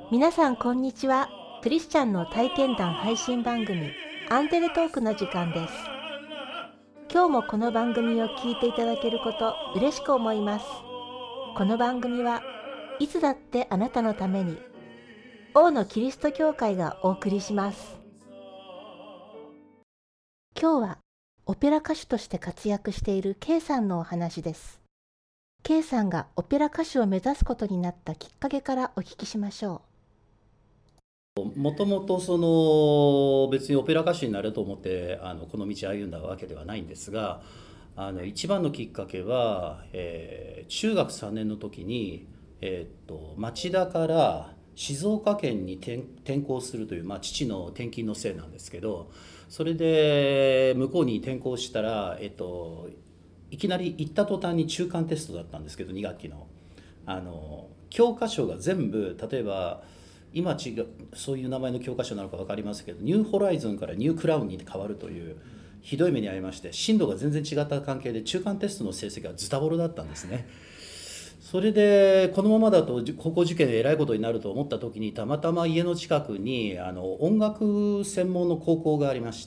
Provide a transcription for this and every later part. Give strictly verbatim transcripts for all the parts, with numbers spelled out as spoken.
皆さんこんにちは。クリスチャンの体験談配信番組アンデレトークの時間です。今日もこの番組を聞いていただけること嬉しく思います。この番組はいつだってあなたのために王のキリスト教会がお送りします。今日はオペラ歌手として活躍している K さんのお話です。K さんがオペラ歌手を目指すことになったきっかけからお聞きしましょもともとその別にオペラ歌手になると思ってあのこの道を歩んだわけではないんですが、あの一番のきっかけは、えー中学さんねんの時に、えーっと町田から静岡県に転転校するという、まあ、父の転勤のせいなんですけど、それで向こうに転校したら、えっと、いきなり行った途端に中間テストだったんですけど、に学期の。あの教科書が全部、例えば今違うそういう名前の教科書なのか分かりますけど、ニューホライズンからニュークラウンに変わるというひどい目に遭いまして、進度が全然違った関係で中間テストの成績がズタボロだったんですね。それでこのままだと高校受験でえらいことになると思った時に、たまたま家の近くにあの音楽専門の高校がありまして、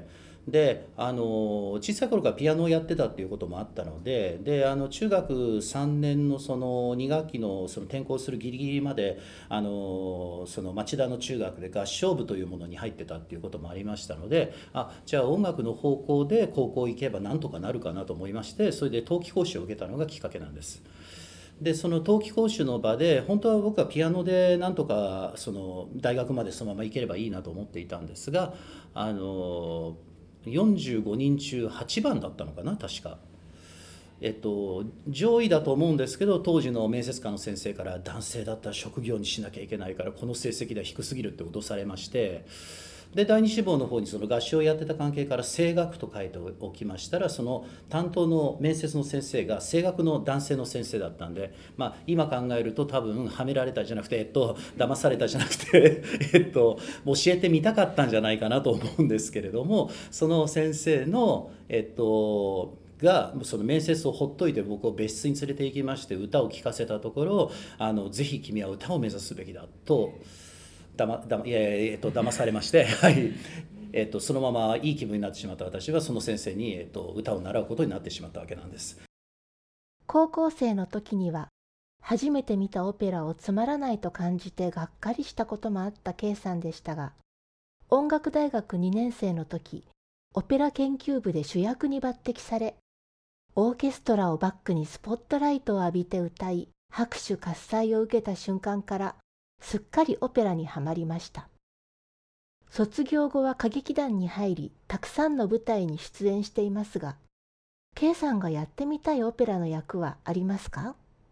であの小さい頃からピアノをやってたっていうこともあったので、であの中学さんねんのそのに学期のその転校するギリギリまであのその町田の中学で合唱部というものに入ってたっていうこともありましたので、あじゃあ音楽の方向で高校行けばなんとかなるかなと思いまして、それで冬季講習を受けたのがきっかけなんです。でその冬季講習の場で本当は僕はピアノでなんとかその大学までそのまま行ければいいなと思っていたんですが、あのよんじゅうごにん中はちばんだったのかな確か。えっと、上位だと思うんですけど、当時の面接官の先生から男性だったら職業にしなきゃいけないからこの成績では低すぎるって脅されまして、で第二志望の方にその合唱をやってた関係から声楽と書いておきましたら、その担当の面接の先生が声楽の男性の先生だったんで、まあ、今考えると多分はめられたじゃなくて、えっと騙されたじゃなくてえっと教えてみたかったんじゃないかなと思うんですけれども、その先生のえっとがその面接をほっといて僕を別室に連れて行きまして、歌を聴かせたところ、あのぜひ君は歌を目指すべきだとだまだまいやいや、えっと騙されまして、はい、えっとそのままいい気分になってしまった私はその先生に、えっと歌を習うことになってしまったわけなんです。 う。高校生の時には初めて見たオペラをつまらないと感じてがっかりしたこともあった K さんでしたが、音楽大学にねん生の時、オペラ研究部で主役に抜擢され、オーケストラをバックにスポットライトを浴びて歌い、拍手喝采を受けた瞬間から、すっかりオペラにはまりました。卒業後は歌劇団に入り、たくさんの舞台に出演していますが、K さんがやってみたいオペラの役はありますか？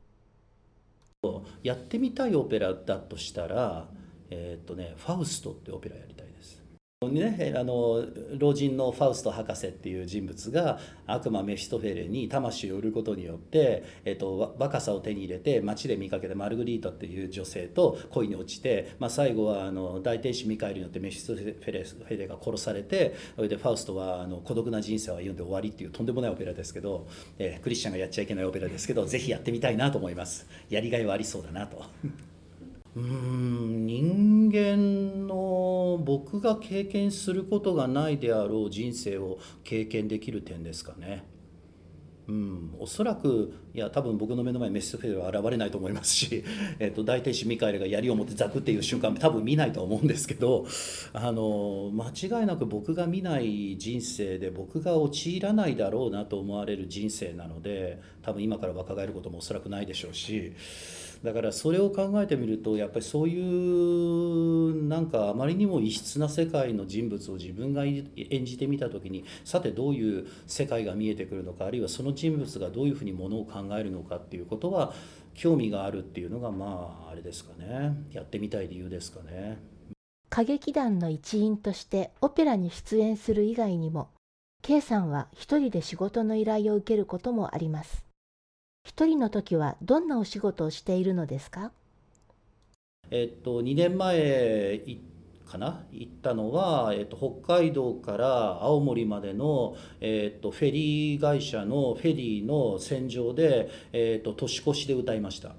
やってみたいオペラだとしたら、えっとね、ファウストってオペラやりたいです。ね、あの老人のファウスト博士っていう人物が悪魔メフィストフェレに魂を売ることによって、えっと、若さを手に入れて街で見かけたマルグリータっていう女性と恋に落ちて、まあ、最後はあの大天使ミカエルによってメフィストフェレフェレが殺されて、それでファウストはあの孤独な人生を歩んで終わりっていうとんでもないオペラですけど、えークリスチャンがやっちゃいけないオペラですけど、ぜひやってみたいなと思います。やりがいはありそうだなと。うーん人間の僕が経験することがないであろう人生を経験できる点ですかね。うん、おそらくいや多分僕の目の前にメスフェルは現れないと思いますし、えっと、大天使ミカエルが槍を持ってザクっていう瞬間多分見ないと思うんですけど、あの間違いなく僕が見ない人生で僕が陥らないだろうなと思われる人生なので、多分今から若返ることもおそらくないでしょうし、だからそれを考えてみるとやっぱりそういうなんかあまりにも異質な世界の人物を自分が演じてみた時に、さてどういう世界が見えてくるのか、あるいはその人物がどういうふうにものを考えるのかっていうことは興味があるっていうのが、まああれですかね、やってみたい理由ですかね。 歌劇団の一員としてオペラに出演する以外にも、K さんは一人で仕事の依頼を受けることもあります。一人の時はどんなお仕事をしているのですか？ えっとにねんまえいかな行ったのは、えっと、北海道から青森までの、えっと、フェリー会社のフェリーの船上で、えっと、年越しで歌いました。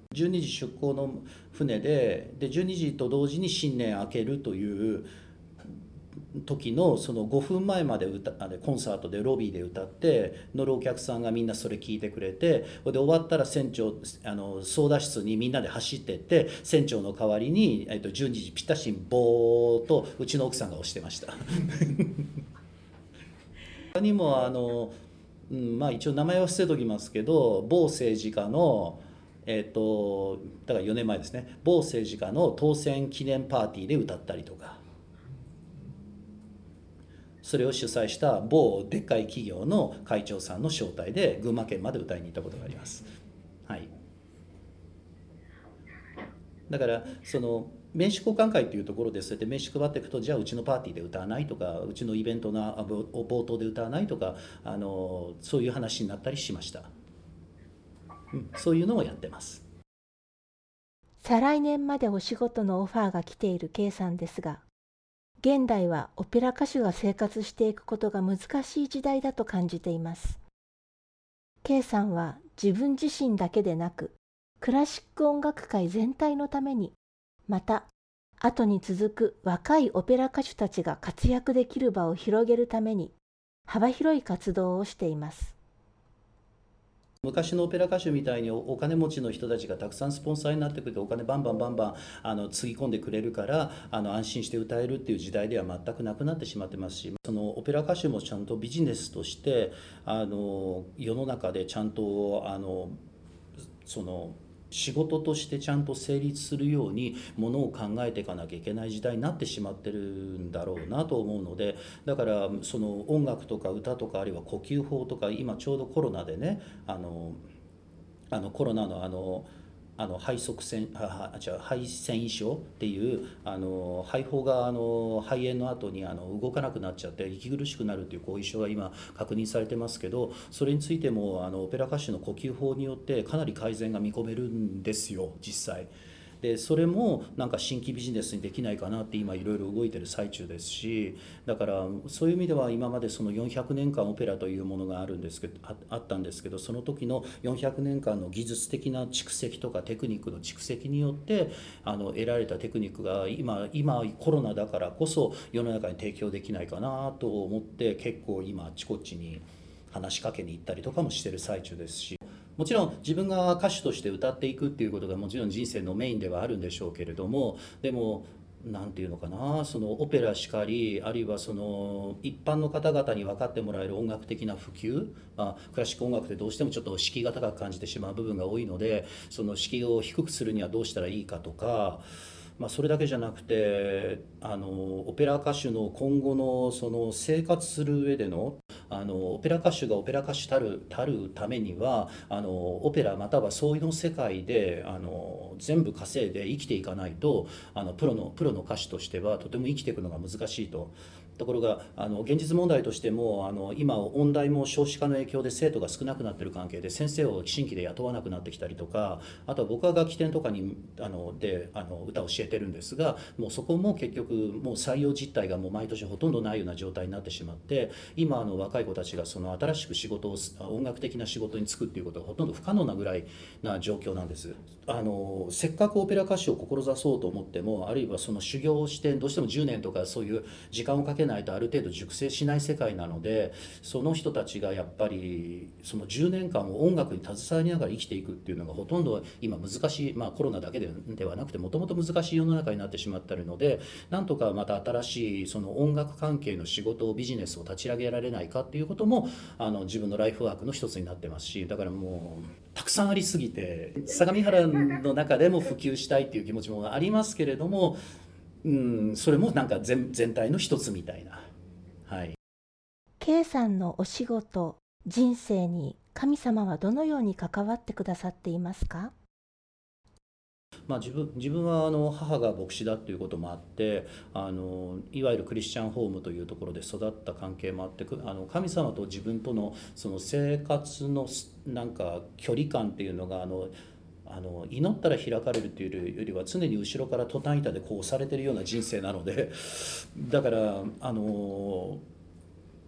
じゅうにじ出港の船で、でじゅうにじと同時に新年明けるという時のそのごふんまえまで歌あれコンサートでロビーで歌って乗るお客さんがみんなそれ聞いてくれて、それで終わったら船長あの操舵室にみんなで走ってって船長の代わりに、えっと、じゅうにじぴったしにボーっとうちの奥さんが押してました。他にもあの、うんまあ、一応名前は伏せときますけど、某政治家のえっとだからよねんまえですね、某政治家の当選記念パーティーで歌ったりとか、それを主催した某でっかい企業の会長さんの招待で群馬県まで歌いに行ったことがあります。はい、だからその名刺交換会というところでそうやって名刺配っていくと、じゃあうちのパーティーで歌わないとか、うちのイベントの冒頭で歌わないとか、あのそういう話になったりしました。うん、そういうのをやってます。 再来年までお仕事のオファーが来ている K さんですが、現代はオペラ歌手が生活していくことが難しい時代だと感じています。K さんは自分自身だけでなく、クラシック音楽界全体のために、また後に続く若いオペラ歌手たちが活躍できる場を広げるために幅広い活動をしています。 昔のオペラ歌手みたいにお金持ちの人たちがたくさんスポンサーになってくれてお金バンバンバンバンあのつぎ込んでくれるからあの安心して歌えるっていう時代では全くなくなってしまってますし、そのオペラ歌手もちゃんとビジネスとしてあの世の中でちゃんとあのその仕事としてちゃんと成立するようにものを考えていかなきゃいけない時代になってしまってるんだろうなと思うので、だからその音楽とか歌とかあるいは呼吸法とか、今ちょうどコロナでね、あのあのコロナのあのあの肺塞栓ああ違う肺栓異症っていうあの肺胞があの肺炎の後にあの動かなくなっちゃって息苦しくなるっていう後遺症が今確認されてますけど、それについてもあのオペラ歌手の呼吸法によってかなり改善が見込めるんですよ実際。でそれもなんか新規ビジネスにできないかなって今いろいろ動いてる最中ですし、だからそういう意味では今までそのよんひゃくねんかんオペラというものがあるんですけど あ, あったんですけど、その時のよんひゃくねんかんの技術的な蓄積とかテクニックの蓄積によってあの得られたテクニックが今今コロナだからこそ世の中に提供できないかなと思って、結構今あちこちに話しかけに行ったりとかもしてる最中ですし、もちろん自分が歌手として歌っていくっていうことがもちろん人生のメインではあるんでしょうけれども、でも何て言うのかな、そのオペラしかり、あるいはその一般の方々に分かってもらえる音楽的な普及、まあ、クラシック音楽ってどうしてもちょっと敷居が高く感じてしまう部分が多いので、その敷居を低くするにはどうしたらいいかとか、まあ、それだけじゃなくてあのオペラ歌手の今後のその生活する上でのあのオペラ歌手がオペラ歌手たるたるためにはあのオペラまたはそういうの世界であの全部稼いで生きていかないとあのプロのプロの歌手としてはとても生きていくのが難しいと。ところがあの現実問題としてもあの今音大も少子化の影響で生徒が少なくなっている関係で先生を新規で雇わなくなってきたりとか、あとは僕は楽器店とかにあのであの歌を教えてるんですが、もうそこも結局もう採用実態がもう毎年ほとんどないような状態になってしまって、今あの若い子たちがその新しく仕事を音楽的な仕事に就くっていうことがほとんど不可能なぐらいな状況なんです。あのせっかくオペラ歌手を志そうと思っても、あるいはその修行をしてどうしてもじゅうねんとかそういう時間をかけないとある程度熟成しない世界なので、その人たちがやっぱりそのじゅうねんかんを音楽に携わりながら生きていくっていうのがほとんど今難しい、まあコロナだけでではなくてもともと難しい世の中になってしまっているので、なんとかまた新しいその音楽関係の仕事をビジネスを立ち上げられないかっていうこともあの自分のライフワークの一つになってますし、だからもうたくさんありすぎて相模原の中でも普及したいっていう気持ちもありますけれども、うん、それもなんか 全, 全体の一つみたいな。はい、 K さんのお仕事、人生に神様はどのように関わってくださっていますか？ まあ、自分自分はあの母が牧師だっていうこともあって、あのいわゆるクリスチャンホームというところで育った関係もあって、あの神様と自分とのその生活のなんか距離感っていうのがあのあの祈ったら開かれるというよりは常に後ろからトタン板でこう押されてるような人生なので、だからあの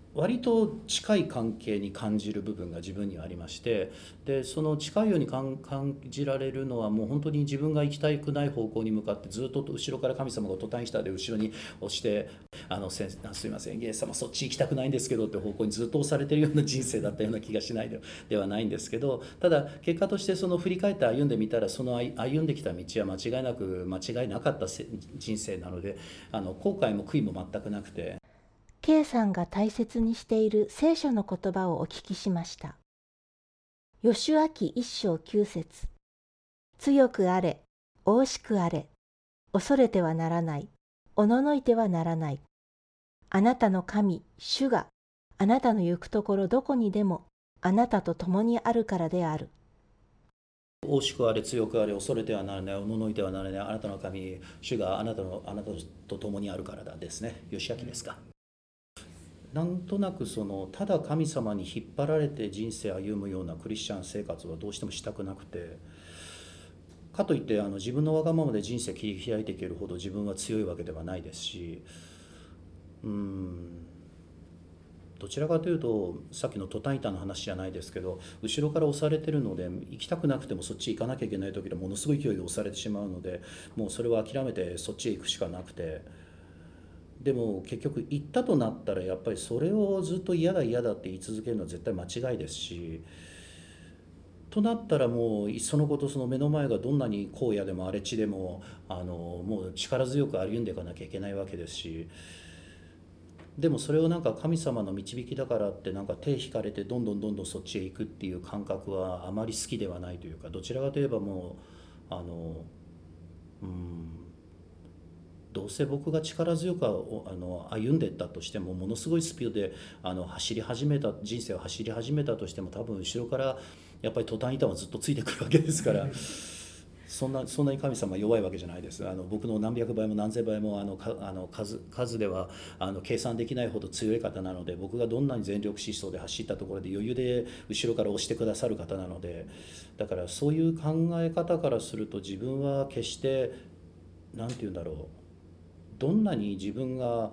割と近い関係に感じる部分が自分にはありまして、でその近いように感感じられるのはもう本当に自分が行きたくない方向に向かってずっと後ろから神様がトタンヒターで後ろに押して「あのせあすいませんイエス様そっち行きたくないんですけど」って方向にずっと押されてるような人生だったような気がしないでではないんですけど、ただ結果としてその振り返って歩んでみたらその歩歩んできた道は間違いなく間違いなかったせ人生なので、あの後悔も悔いも全くなくて。 K さんが大切にしている聖書の言葉をお聞きしました。ヨシュア記一章九節。強くあれ、大しくあれ、恐れてはならない、おののいてはならない。あなたの神、主が、あなたの行くところどこにでも、あなたと共にあるからである。 大しくあれ強くあれ恐れてはならないおののいてはならないあなたの神主があなたのあなたと共にあるからだですね。ヨシュア記ですか。なんとなくそのただ神様に引っ張られて人生歩むようなクリスチャン生活はどうしてもしたくなくて、かといってあの自分のわがままで人生切り開いていけるほど自分は強いわけではないですし、うーんどちらかというとさっきのトタン板の話じゃないですけど、後ろから押されてるので行きたくなくてもそっち行かなきゃいけない時でものすごい勢いで押されてしまうので、もうそれは諦めてそっちへ行くしかなくて、でも結局行ったとなったらやっぱりそれをずっと嫌だ嫌だって言い続けるのは絶対間違いですし、となったらもういっそのことその目の前がどんなに荒野でも荒れ地でもあのもう力強く歩んでいかなきゃいけないわけですし、でもそれをなんか神様の導きだからってなんか手引かれてどんどんどんどんそっちへ行くっていう感覚はあまり好きではないというか、どちらかといえばもうあのうんどうせ僕が力強くあの歩んでいったとしてもものすごいスピードであの走り始めた人生を走り始めたとしても多分後ろからやっぱりトタン板はずっとついてくるわけですからそんなそんなに神様は弱いわけじゃないです。あの僕の何百倍も何千倍もあのかあの 数, 数ではあの計算できないほど強い方なので、僕がどんなに全力疾走で走ったところで余裕で後ろから押してくださる方なので、だからそういう考え方からすると自分は決して何て言うんだろう、どんなに自分が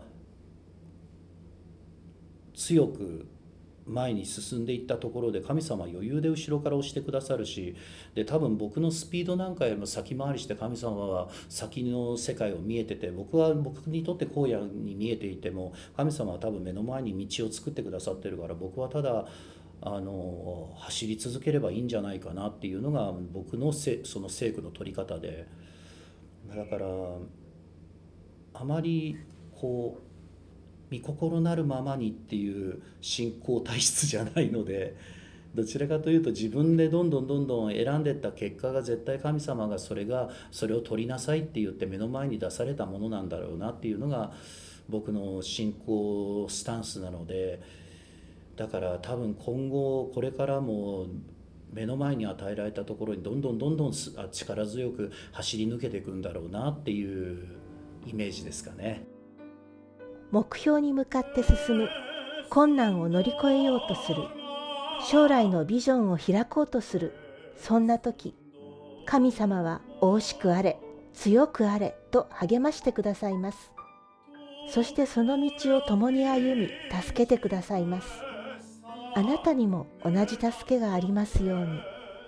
強く前に進んでいったところで神様は余裕で後ろから押してくださるし、で多分僕のスピードなんかよりも先回りして神様は先の世界を見えてて、僕は僕にとって荒野に見えていても神様は多分目の前に道を作ってくださってるから、僕はただあの走り続ければいいんじゃないかなっていうのが僕のせその聖句の取り方で、だからあまりこう御心なるままにっていう信仰体質じゃないので、どちらかというと自分でどんどんどんどん選んでいった結果が絶対神様がそれがそれを取りなさいって言って目の前に出されたものなんだろうなっていうのが僕の信仰スタンスなので、だから多分今後これからも目の前に与えられたところにどんどんどんどん力強く走り抜けていくんだろうなっていうイメージですかね。 目標に向かって進む、困難を乗り越えようとする、将来のビジョンを開こうとする、そんな時、神様は大しくあれ、強くあれと励ましてくださいます。そしてその道を共に歩み、助けてくださいます。あなたにも同じ助けがありますように。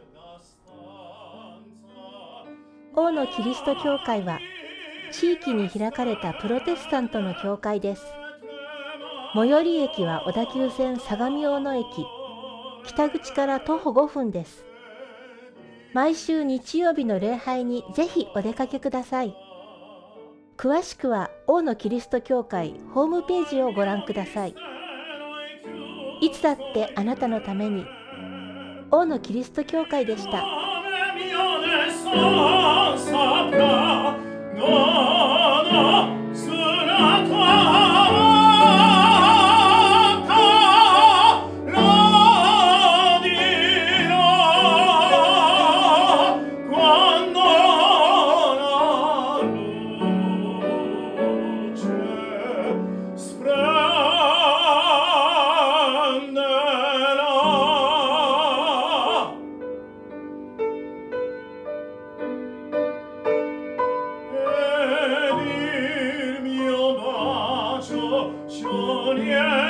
王のキリスト教会は、地域に開かれたプロテスタントの教会です。最寄り駅は小田急線相模大野駅、北口から徒歩ごふんです。毎週日曜日の礼拝にぜひお出かけください。詳しくは王のキリスト教会ホームページをご覧ください。いつだってあなたのために、王のキリスト教会でした。 Sognie